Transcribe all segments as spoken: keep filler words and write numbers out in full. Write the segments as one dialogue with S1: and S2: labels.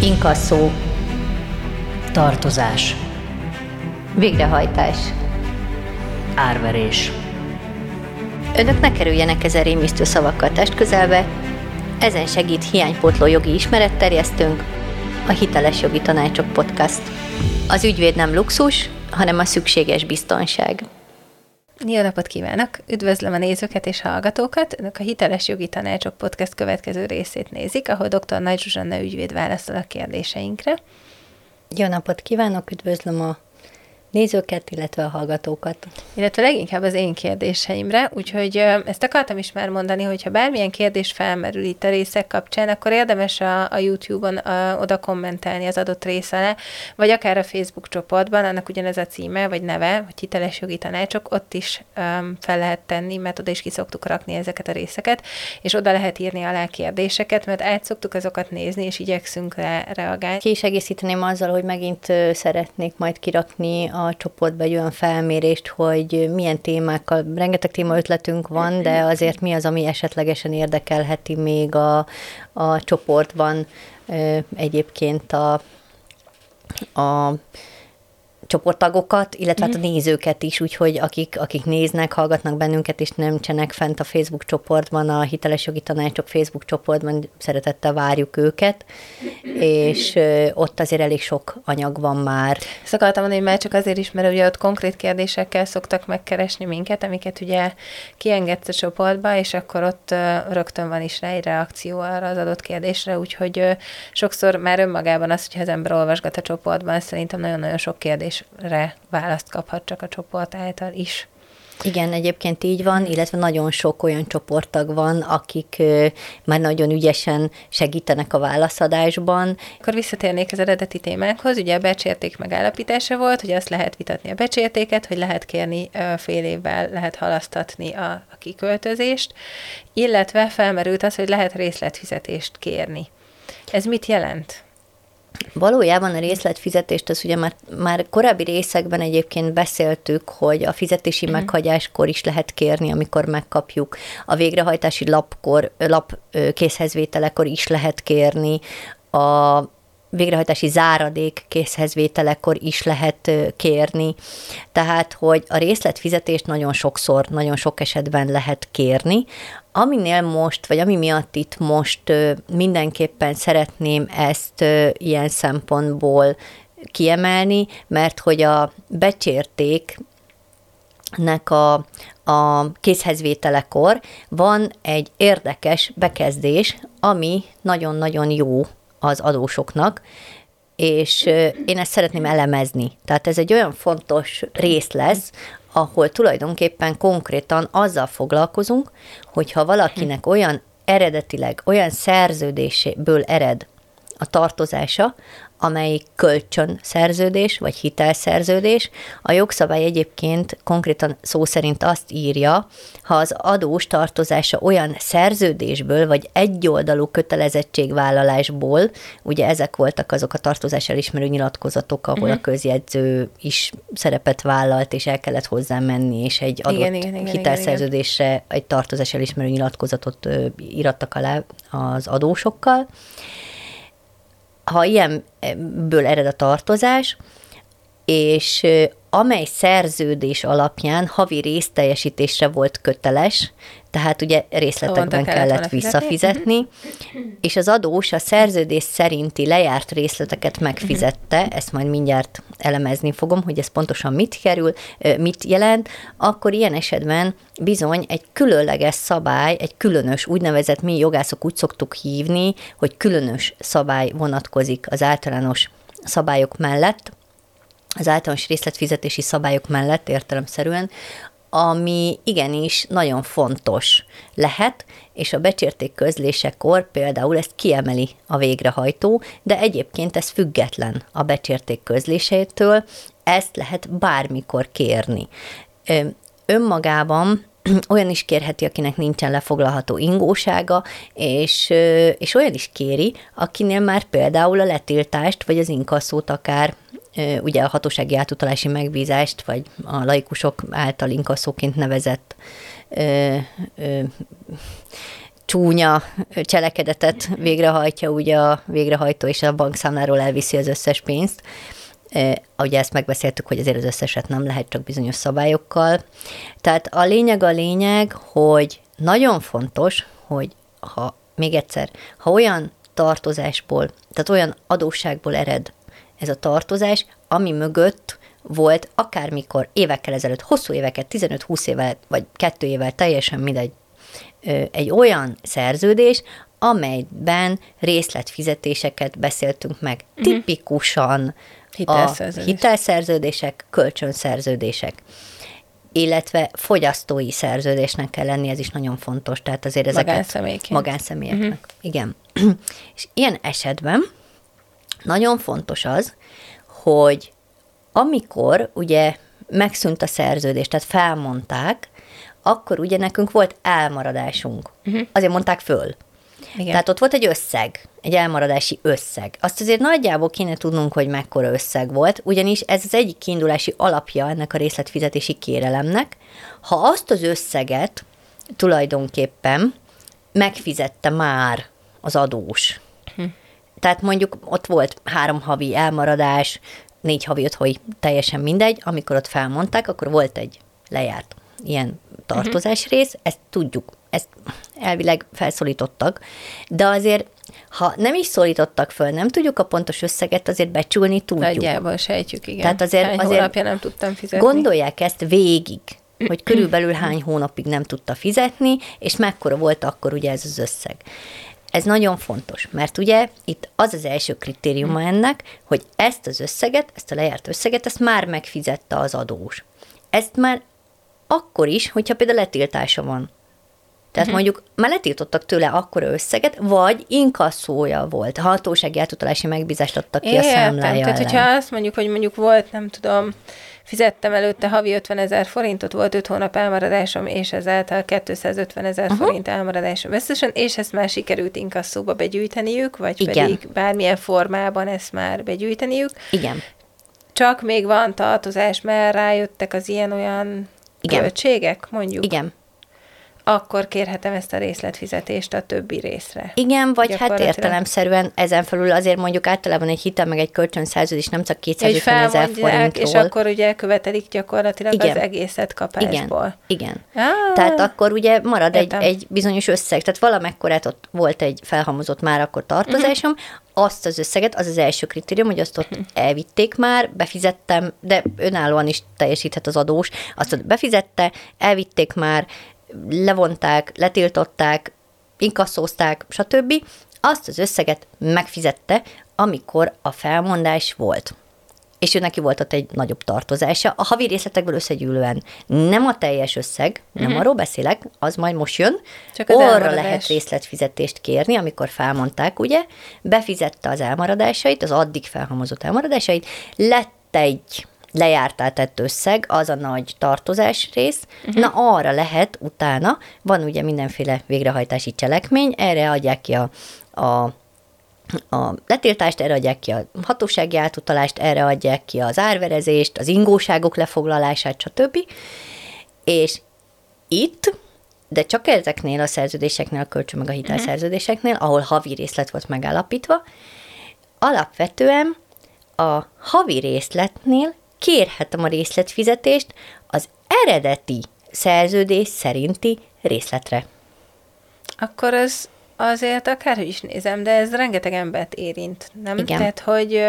S1: inkasszó, tartozás,
S2: végrehajtás,
S1: árverés.
S2: Önök ne kerüljenek ezen rémisztő szavakkal testközelbe, ezen segít hiánypótló jogi ismeretterjesztőnk, a Hiteles Jogi Tanácsok Podcast. Az ügyvéd nem luxus, hanem a szükséges biztonság.
S3: Jó napot kívánok! Üdvözlöm a nézőket és hallgatókat! Önök a Hiteles Jogi Tanácsok Podcast következő részét nézik, ahol dr. Nagy Zsuzsanna ügyvéd válaszol a kérdéseinkre.
S2: Jó napot kívánok! Üdvözlöm a nézőket, illetve a hallgatókat.
S3: Illetve leginkább az én kérdéseimre, úgyhogy ezt akartam is már mondani, hogyha bármilyen kérdés felmerül itt a részek kapcsán, akkor érdemes a, a YouTube-on a, oda kommentelni az adott rész alá, vagy akár a Facebook csoportban, annak ugyanez a címe, vagy neve, hogy Hiteles Jogi Tanácsok, ott is um, fel lehet tenni, mert oda is ki szoktuk rakni ezeket a részeket, és oda lehet írni alá kérdéseket, mert át szoktuk azokat nézni, és igyekszünk rá reagálni.
S2: Ki is egészíteném azzal, hogy megint szeretnék majd kirakni a csoportba egy olyan felmérést, hogy milyen témákkal, rengeteg témaötletünk van, de azért mi az, ami esetlegesen érdekelheti még a, a csoportban egyébként a, a csoporttagokat, illetve hát a nézőket is, úgyhogy akik, akik néznek, hallgatnak bennünket, és nem csenek fent a Facebook csoportban, a Hiteles Jogi Tanácsok Facebook csoportban, szeretettel várjuk őket, és ott azért elég sok anyag van már.
S3: Ezt akartam mondani, hogy már csak azért is, mert ugye ott konkrét kérdésekkel szoktak megkeresni minket, amiket ugye kiengedsz a csoportba, és akkor ott rögtön van is rá egy reakció arra az adott kérdésre, úgyhogy sokszor már önmagában az, hogyha az ember olvasgat a csoportban, szerintem nagyon-nagyon sok kérdés választ kaphat csak a csoport által is.
S2: Igen, egyébként így van, illetve nagyon sok olyan csoporttag van, akik már nagyon ügyesen segítenek a válaszadásban.
S3: Akkor visszatérnék az eredeti témánkhoz, ugye a becsérték megállapítása volt, hogy azt lehet vitatni a becsértéket, hogy lehet kérni fél évvel, lehet halasztatni a, a kiköltözést, illetve felmerült az, hogy lehet részletfizetést kérni. Ez mit jelent?
S2: Valójában a részletfizetést, az ugye már, már korábbi részekben egyébként beszéltük, hogy a fizetési uh-huh. meghagyáskor is lehet kérni, amikor megkapjuk. A végrehajtási lapkor, lap készhezvételekor is lehet kérni. A végrehajtási záradék készhezvételekor is lehet kérni. Tehát, hogy a részletfizetést nagyon sokszor, nagyon sok esetben lehet kérni. Aminél most, vagy ami miatt itt most mindenképpen szeretném ezt ilyen szempontból kiemelni, mert hogy a becsértéknek a, a készhezvételekor van egy érdekes bekezdés, ami nagyon-nagyon jó az adósoknak, és én ezt szeretném elemezni. Tehát ez egy olyan fontos rész lesz, ahol tulajdonképpen konkrétan azzal foglalkozunk, hogyha valakinek olyan eredetileg, olyan szerződésből ered a tartozása, amelyik kölcsönszerződés vagy hitelszerződés. A jogszabály egyébként konkrétan szó szerint azt írja, ha az adós tartozása olyan szerződésből vagy egyoldalú kötelezettségvállalásból, ugye ezek voltak azok a tartozás elismerő nyilatkozatok, ahol uh-huh. a közjegyző is szerepet vállalt, és el kellett hozzá menni, és egy adott igen, igen, igen, hitelszerződésre igen, igen. egy tartozás elismerő nyilatkozatot ö, írattak alá az adósokkal. Ha ilyenből ered a tartozás, és amely szerződés alapján havi részteljesítésre volt köteles, tehát ugye részletekben kellett, kellett visszafizetni, és az adós a szerződés szerinti lejárt részleteket megfizette, ezt majd mindjárt elemezni fogom, hogy ez pontosan mit kerül, mit jelent, akkor ilyen esetben bizony egy különleges szabály, egy különös, úgynevezett mi jogászok úgy szoktuk hívni, hogy különös szabály vonatkozik az általános szabályok mellett, az általános részletfizetési szabályok mellett értelemszerűen, ami igenis nagyon fontos lehet, és a becsérték közlésekor például ezt kiemeli a végrehajtó, de egyébként ez független a becsérték közlésétől, ezt lehet bármikor kérni. Önmagában olyan is kérheti, akinek nincsen lefoglalható ingósága, és, és olyan is kéri, akinél már például a letiltást, vagy az inkasszót akár, ugye a hatósági átutalási megbízást, vagy a laikusok által inkasszóként nevezett ö, ö, csúnya cselekedetet végrehajtja, ugye a végrehajtó, és a bankszámláról elviszi az összes pénzt. E, ugye ezt megbeszéltük, hogy azért az összeset nem lehet, csak bizonyos szabályokkal. Tehát a lényeg a lényeg, hogy nagyon fontos, hogy ha még egyszer, ha olyan tartozásból, tehát olyan adósságból ered ez a tartozás, ami mögött volt akármikor, évekkel ezelőtt, hosszú éveket, tizenöt-húsz évvel, vagy kettő évvel, teljesen mindegy, egy olyan szerződés, amelyben részletfizetéseket beszéltünk meg. Uh-huh. Tipikusan
S3: hitelszerződés.
S2: a hitelszerződések, kölcsönszerződések, illetve fogyasztói szerződésnek kell lenni, ez is nagyon fontos, tehát azért ezeket
S3: magánszemélyként.
S2: Magánszemélyeknek. Uh-huh. Igen. És ilyen esetben nagyon fontos az, hogy amikor ugye megszűnt a szerződés, tehát felmondták, akkor ugye nekünk volt elmaradásunk. Uh-huh. Azért mondták föl. Igen. Tehát ott volt egy összeg, egy elmaradási összeg. Azt azért nagyjából kéne tudnunk, hogy mekkora összeg volt, ugyanis ez az egyik kiindulási alapja ennek a részletfizetési kérelemnek. Ha azt az összeget tulajdonképpen megfizette már az adós. Uh-huh. Tehát mondjuk ott volt három havi elmaradás, négy havi, öt havi, teljesen mindegy, amikor ott felmondták, akkor volt egy lejárt ilyen tartozás rész, ezt tudjuk, ezt elvileg felszólítottak, de azért, ha nem is szólítottak föl, nem tudjuk a pontos összeget, azért becsülni tudjuk.
S3: Nagyjából sejtjük, igen.
S2: Tehát azért,
S3: hány
S2: azért
S3: hónapja nem tudtam fizetni.
S2: Gondolják ezt végig, hogy körülbelül hány hónapig nem tudta fizetni, és mekkora volt akkor ugye ez az összeg. Ez nagyon fontos, mert ugye itt az az első kritériuma ennek, hogy ezt az összeget, ezt a lejárt összeget, ezt már megfizette az adós. Ezt már akkor is, hogyha például letiltása van. Tehát uh-huh. mondjuk már letiltottak tőle akkora összeget, vagy inkasszója volt, hatósági átutalási megbízást adtak ki é, a számlája
S3: értem. Tehát, hogyha azt mondjuk, hogy mondjuk volt, nem tudom, fizettem előtte havi ötvenezer forintot, volt öt hónap elmaradásom, és ezáltal kétszázötvenezer uh-huh. forint elmaradásom összesen, és ezt már sikerült inkasszóba begyűjteniük, vagy Igen. pedig bármilyen formában ezt már begyűjteniük.
S2: Igen.
S3: Csak még van tartozás, mert rájöttek az ilyen-olyan Igen. költségek, mondjuk.
S2: Igen.
S3: Akkor kérhetem ezt a részletfizetést a többi részre.
S2: Igen, vagy hát értelemszerűen ezen felül azért mondjuk általában egy hitel meg egy kölcsönszerződés nem csak kétszázötvenezer forintról.
S3: És akkor ugye követelik gyakorlatilag Igen. az egészet kapásból.
S2: Igen, Igen. Ah, tehát akkor ugye marad egy, egy bizonyos összeg, tehát valamekkorát ott volt egy felhalmozott már akkor tartozásom, uh-huh. azt az összeget, az az első kritérium, hogy azt ott uh-huh. elvitték már, befizettem, de önállóan is teljesíthet az adós, azt ott befizette, elvitték már, levonták, letiltották, inkasszózták, stb. Azt az összeget megfizette, amikor a felmondás volt. És ő neki volt ott egy nagyobb tartozása. A havi részletekből összegyűlően nem a teljes összeg, nem uh-huh. arról beszélek, az majd most jön. Csak arra elmaradás. Lehet részletfizetést kérni, amikor felmondták, ugye, befizette az elmaradásait, az addig felhalmozott elmaradásait, lett egy lejártál tett összeg, az a nagy tartozás rész, uh-huh. na arra lehet utána, van ugye mindenféle végrehajtási cselekmény, erre adják ki a, a, a letiltást, erre adják ki a hatósági átutalást, erre adják ki az árverezést, az ingóságok lefoglalását, stb. És itt, de csak ezeknél a szerződéseknél, a kölcsön meg a hitelszerződéseknél, uh-huh. ahol havi részlet volt megállapítva, alapvetően a havi részletnél kérhetem a részletfizetést az eredeti szerződés szerinti részletre.
S3: Akkor ez azért akárhogy is nézem, de ez rengeteg embert érint, nem?
S2: Igen.
S3: Tehát, hogy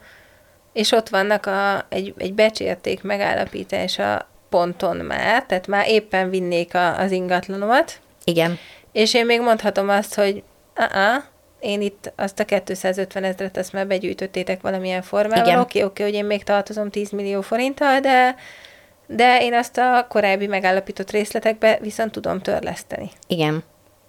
S3: és ott vannak a, egy, egy becsérték megállapítása ponton már, tehát már éppen vinnék a, az ingatlanomat.
S2: Igen.
S3: És én még mondhatom azt, hogy uh-uh, én itt azt a kétszázötven ezret, azt már begyűjtöttétek valamilyen formában. Oké, oké, oké, hogy én még tartozom tíz millió forinttal, de, de én azt a korábbi megállapított részletekbe viszont tudom törleszteni.
S2: Igen.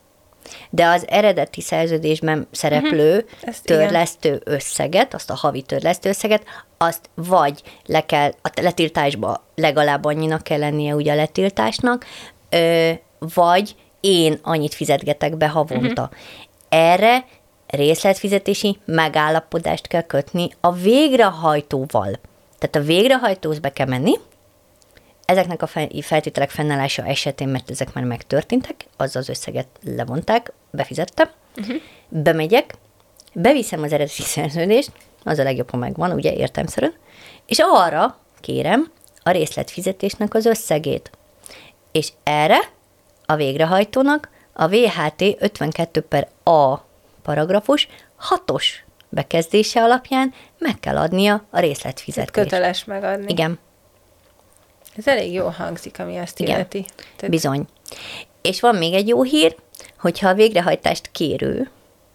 S2: De az eredeti szerződésben szereplő uh-huh. törlesztő igen. összeget, azt a havi törlesztő összeget, azt vagy le kell, a letiltásba legalább annyinak kell lennie ugye a letiltásnak, ö, vagy én annyit fizetgetek be havonta. Uh-huh. Erre részletfizetési megállapodást kell kötni a végrehajtóval. Tehát a végrehajtóhoz be kell menni, ezeknek a feltételek fennállása esetén, mert ezek már megtörténtek, az az összeget levonták, befizettem, uh-huh. bemegyek, beviszem az eredeti szerződést, az a legjobb, ha megvan, ugye értelemszerűen, és arra kérem a részletfizetésnek az összegét. És erre a végrehajtónak a vé há té ötvenkettő per A paragrafus hatos bekezdése alapján meg kell adnia a részletfizetést.
S3: Tehát köteles megadni.
S2: Igen.
S3: Ez elég jól hangzik, ami azt
S2: Igen.
S3: illeti. Tehát...
S2: Bizony. És van még egy jó hír, hogyha a végrehajtást kérő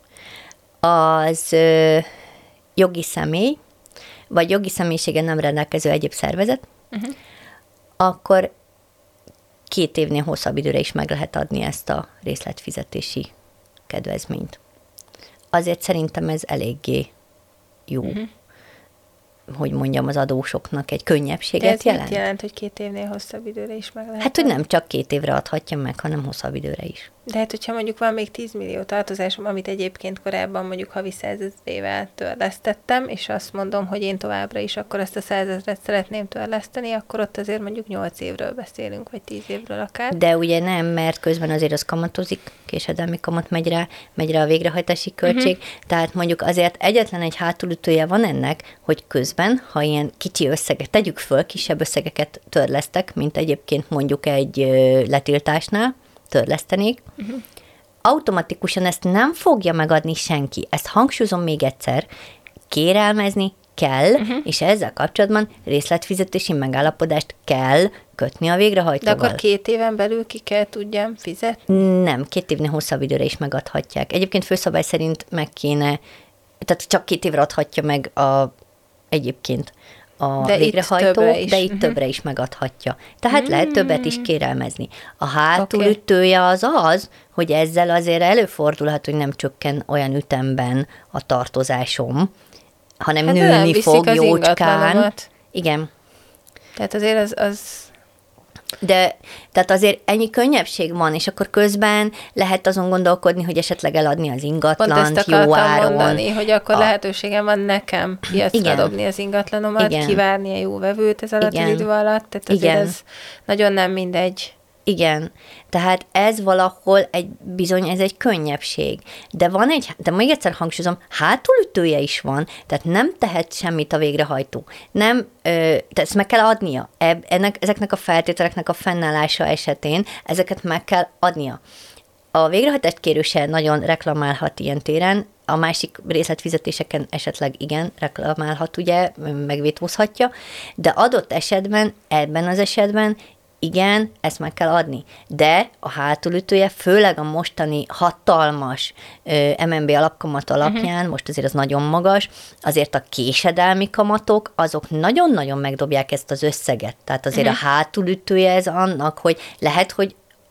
S2: az ö, jogi személy, vagy jogi személyiségen nem rendelkező egyéb szervezet, uh-huh. akkor két évnél hosszabb időre is meg lehet adni ezt a részletfizetési kedvezményt. Azért szerintem ez eléggé jó, uh-huh. hogy mondjam, az adósoknak egy könnyebbséget
S3: ez
S2: jelent.
S3: mit jelent, hogy két évnél hosszabb időre is meg lehet?
S2: Hát, hogy nem csak két évre adhatja meg, hanem hosszabb időre is.
S3: De hát, hogyha mondjuk van még tíz millió tartozásom, amit egyébként korábban mondjuk havi százezrével törlesztettem, és azt mondom, hogy én továbbra is akkor ezt a százezret szeretném törleszteni, akkor ott azért mondjuk nyolc évről beszélünk, vagy tíz évről akár.
S2: De ugye nem, mert közben azért az kamatozik, késedelmi kamat megy rá, megy rá a végrehajtási költség, uh-huh. tehát mondjuk azért egyetlen egy hátulütője van ennek, hogy közben, ha ilyen kicsi összeget, tegyük föl, kisebb összegeket törlesztek, mint egyébként mondjuk egy ö, letiltásnál, törlesztenék, uh-huh. automatikusan ezt nem fogja megadni senki. Ezt hangsúlyozom még egyszer, kérelmezni kell, uh-huh. és ezzel kapcsolatban részletfizetési megállapodást kell kötni a végrehajtóval.
S3: De akkor két éven belül ki kell tudjam fizetni?
S2: Nem, két évnél hosszabb időre is megadhatják. Egyébként főszabály szerint meg kéne, tehát csak két évre adhatja meg a, egyébként a
S3: de
S2: végrehajtó,
S3: itt
S2: de itt
S3: uh-huh.
S2: többre is megadhatja. Tehát mm. lehet többet is kérelmezni. A hátulütője
S3: okay.
S2: az az, hogy ezzel azért előfordulhat, hogy nem csökken olyan ütemben a tartozásom, hanem
S3: hát
S2: nőni fog jócskán. Igen.
S3: Tehát azért az... az...
S2: De tehát azért ennyi könnyebbség van, és akkor közben lehet azon gondolkodni, hogy esetleg eladni az ingatlant jó áron.
S3: Mondani, hogy akkor
S2: a...
S3: lehetőségem van nekem piacra dobni az ingatlanomat, igen. kivárni a jó vevőt ez alatt az idő alatt, tehát azért igen. ez nagyon nem mindegy.
S2: Igen, tehát ez valahol egy, bizony ez egy könnyebbség. De van egy, de még egyszer hangsúlyozom, hátulütője is van, tehát nem tehet semmit a végrehajtó. Nem, ö, tehát ezt meg kell adnia. Ennek, ezeknek a feltételeknek a fennállása esetén ezeket meg kell adnia. A végrehajtást kérő se nagyon reklamálhat ilyen téren, a másik részletfizetéseken esetleg igen, reklamálhat, ugye, megvétózhatja, de adott esetben, ebben az esetben igen, ezt meg kell adni. De a hátulütője, főleg a mostani hatalmas ö, em en bé alapkamat alapján, uh-huh. most azért az nagyon magas, azért a késedelmi kamatok, azok nagyon-nagyon megdobják ezt az összeget. Tehát azért uh-huh. a hátulütője ez annak, hogy lehet, hogy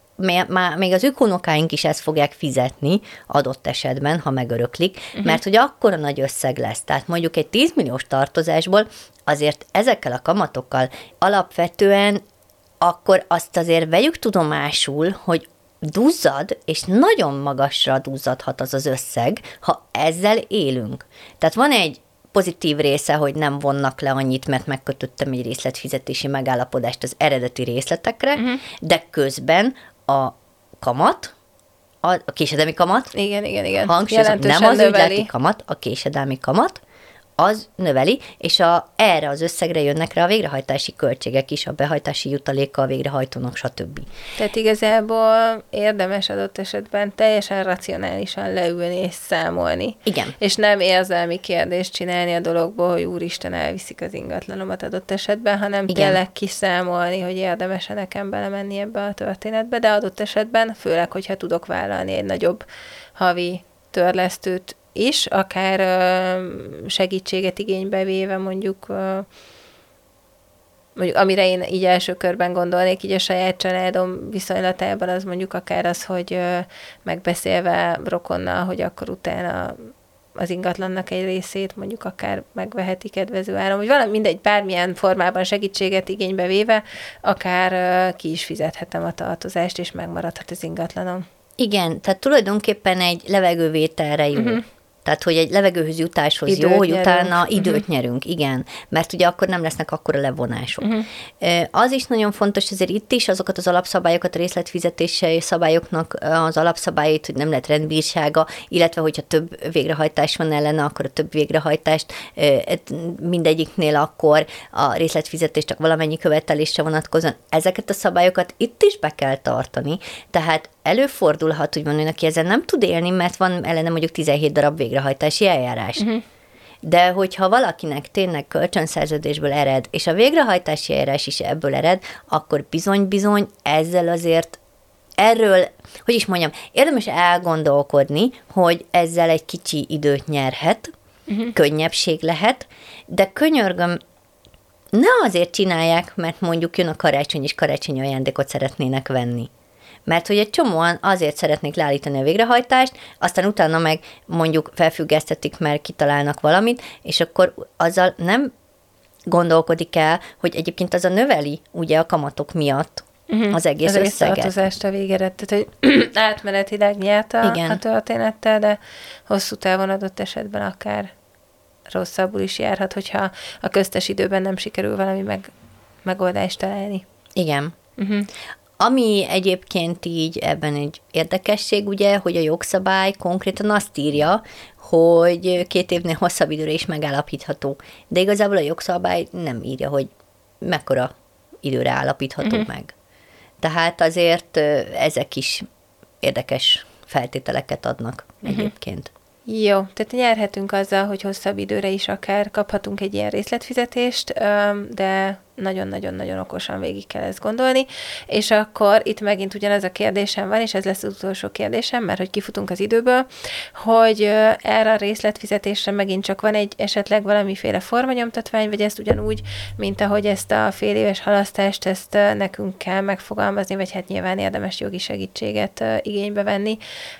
S2: már még az ükunokáink is ezt fogják fizetni adott esetben, ha megöröklik, uh-huh. mert hogy akkora nagy összeg lesz. Tehát mondjuk egy tíz milliós tartozásból azért ezekkel a kamatokkal alapvetően akkor azt azért vegyük tudomásul, hogy duzzad, és nagyon magasra duzzadhat az az összeg, ha ezzel élünk. Tehát van egy pozitív része, hogy nem vonnak le annyit, mert megkötöttem egy részletfizetési megállapodást az eredeti részletekre, uh-huh. de közben a kamat, a, a késedelmi kamat,
S3: igen, igen, igen.
S2: hangsúlyozom, nem az ügyleti kamat, a késedelmi kamat, az növeli, és a, erre az összegre jönnek rá a végrehajtási költségek is, a behajtási jutaléka a végrehajtónak, stb.
S3: Tehát igazából érdemes adott esetben teljesen racionálisan leülni és számolni.
S2: Igen.
S3: És nem érzelmi kérdést csinálni a dologból, hogy úristen, elviszik az ingatlanomat adott esetben, hanem igen. tényleg kiszámolni, hogy érdemes-e nekem belemenni ebbe a történetbe, de adott esetben, főleg, hogyha tudok vállalni egy nagyobb havi törlesztőt is, akár uh, segítséget igénybe véve mondjuk, uh, mondjuk, amire én így első körben gondolnék, így a saját családom viszonylatában, az mondjuk akár az, hogy uh, megbeszélve rokonnal, hogy akkor utána az ingatlannak egy részét mondjuk akár megveheti kedvező áron, vagy valami mindegy, bármilyen formában segítséget igénybe véve, akár uh, ki is fizethetem a tartozást, és megmaradhat az ingatlanom.
S2: Igen, tehát tulajdonképpen egy levegővételre jó. Uh-huh. Tehát, hogy egy levegőhöz jutáshoz
S3: időt
S2: jó, hogy
S3: nyerünk.
S2: utána időt
S3: uh-huh.
S2: nyerünk, igen, mert ugye akkor nem lesznek akkora levonások.
S3: Uh-huh.
S2: Az is nagyon fontos, ezért itt is azokat az alapszabályokat, a részletfizetési szabályoknak az alapszabályait, hogy nem lehet rendbírsága, illetve hogyha több végrehajtás van ellene, akkor a több végrehajtást mindegyiknél akkor a részletfizetés csak valamennyi követelésre vonatkozóan. Ezeket a szabályokat itt is be kell tartani, tehát előfordulhat, hogy van olyan, aki ezzel nem tud élni, mert van ellene mondjuk tizenhét darab végrehajtási eljárás. Uh-huh. De hogyha valakinek tényleg kölcsönszerződésből ered, és a végrehajtási eljárás is ebből ered, akkor bizony-bizony ezzel azért erről, hogy is mondjam, érdemes elgondolkodni, hogy ezzel egy kicsi időt nyerhet, uh-huh. könnyebbség lehet, de könyörgöm, ne azért csinálják, mert mondjuk jön a karácsony, és karácsonyi ajándékot szeretnének venni. Mert hogy egy csomóan azért szeretnék leállítani a végrehajtást, aztán utána meg mondjuk felfüggesztetik, mert kitalálnak valamit, és akkor azzal nem gondolkodik el, hogy egyébként az a növeli ugye a kamatok miatt uh-huh. az egész
S3: az
S2: összeget. Az
S3: egész a végére, tehát hogy átmenetileg nyert a, a történettel, de hosszú távon adott esetben akár rosszabbul is járhat, hogyha a köztes időben nem sikerül valami meg, megoldást találni.
S2: Igen.
S3: Uh-huh.
S2: Ami egyébként így ebben egy érdekesség, ugye, hogy a jogszabály konkrétan azt írja, hogy két évnél hosszabb időre is megállapítható. De igazából a jogszabály nem írja, hogy mekkora időre állapítható uh-huh. meg. Tehát azért ezek is érdekes feltételeket adnak uh-huh. egyébként.
S3: Jó, tehát nyerhetünk azzal, hogy hosszabb időre is akár kaphatunk egy ilyen részletfizetést, de nagyon-nagyon-nagyon okosan végig kell ezt gondolni, és akkor itt megint ugyanaz a kérdésem van, és ez lesz az utolsó kérdésem, mert hogy kifutunk az időből, hogy erre a részletfizetésre megint csak van egy esetleg valamiféle formanyomtatvány, vagy ezt ugyanúgy, mint ahogy ezt a fél éves halasztást, ezt nekünk kell megfogalmazni, vagy hát nyilván érdemes jogi segítséget igénybe venni,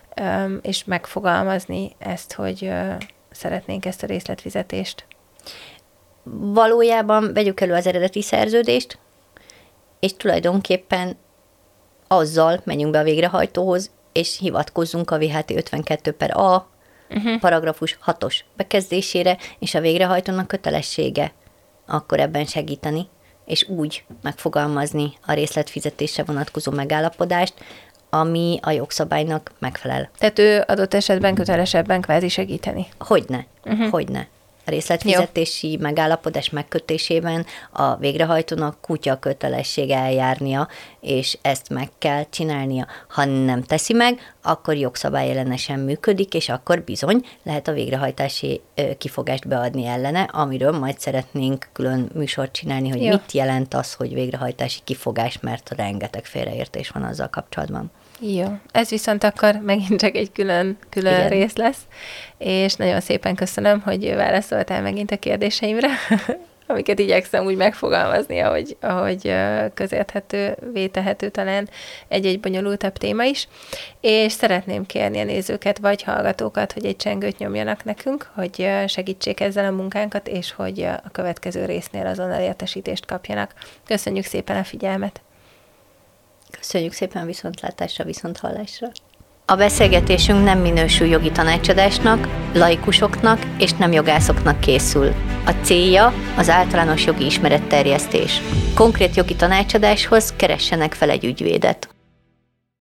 S3: és megfogalmazni ezt, hogy szeretnénk ezt a részletfizetést.
S2: Valójában vegyük elő az eredeti szerződést, és tulajdonképpen azzal menjünk be a végrehajtóhoz, és hivatkozzunk a vé há té ötvenkettő per A uh-huh. paragrafus hatos bekezdésére, és a végrehajtónak kötelessége akkor ebben segíteni, és úgy megfogalmazni a részletfizetésre vonatkozó megállapodást, ami a jogszabálynak megfelel.
S3: Tehát ő adott esetben kötelesebben kvázi segíteni.
S2: Hogyne,
S3: uh-huh.
S2: hogyne. A részletfizetési Jó. megállapodás megkötésében a végrehajtónak kutya kötelessége eljárnia, és ezt meg kell csinálnia. Ha nem teszi meg, akkor jogszabályellenesen működik, és akkor bizony lehet a végrehajtási kifogást beadni ellene, amiről majd szeretnénk külön műsort csinálni, hogy Jó. mit jelent az, hogy végrehajtási kifogás, mert rengeteg félreértés van azzal kapcsolatban.
S3: Jó, ez viszont akkor megint csak egy külön, külön rész lesz, és nagyon szépen köszönöm, hogy válaszoltál megint a kérdéseimre, amiket igyekszem úgy megfogalmazni, ahogy, ahogy közérthető, vétehető talán egy-egy bonyolultabb téma is, és szeretném kérni a nézőket vagy hallgatókat, hogy egy csengőt nyomjanak nekünk, hogy segítsék ezzel a munkánkat, és hogy a következő résznél azonnal értesítést kapjanak. Köszönjük szépen a figyelmet!
S2: Köszönjük szépen, viszontlátásra, viszonthallásra. A beszélgetésünk nem minősül jogi tanácsadásnak, laikusoknak és nem jogászoknak készül. A célja az általános jogi ismeretterjesztés. Konkrét jogi tanácsadáshoz keressenek fel egy ügyvédet.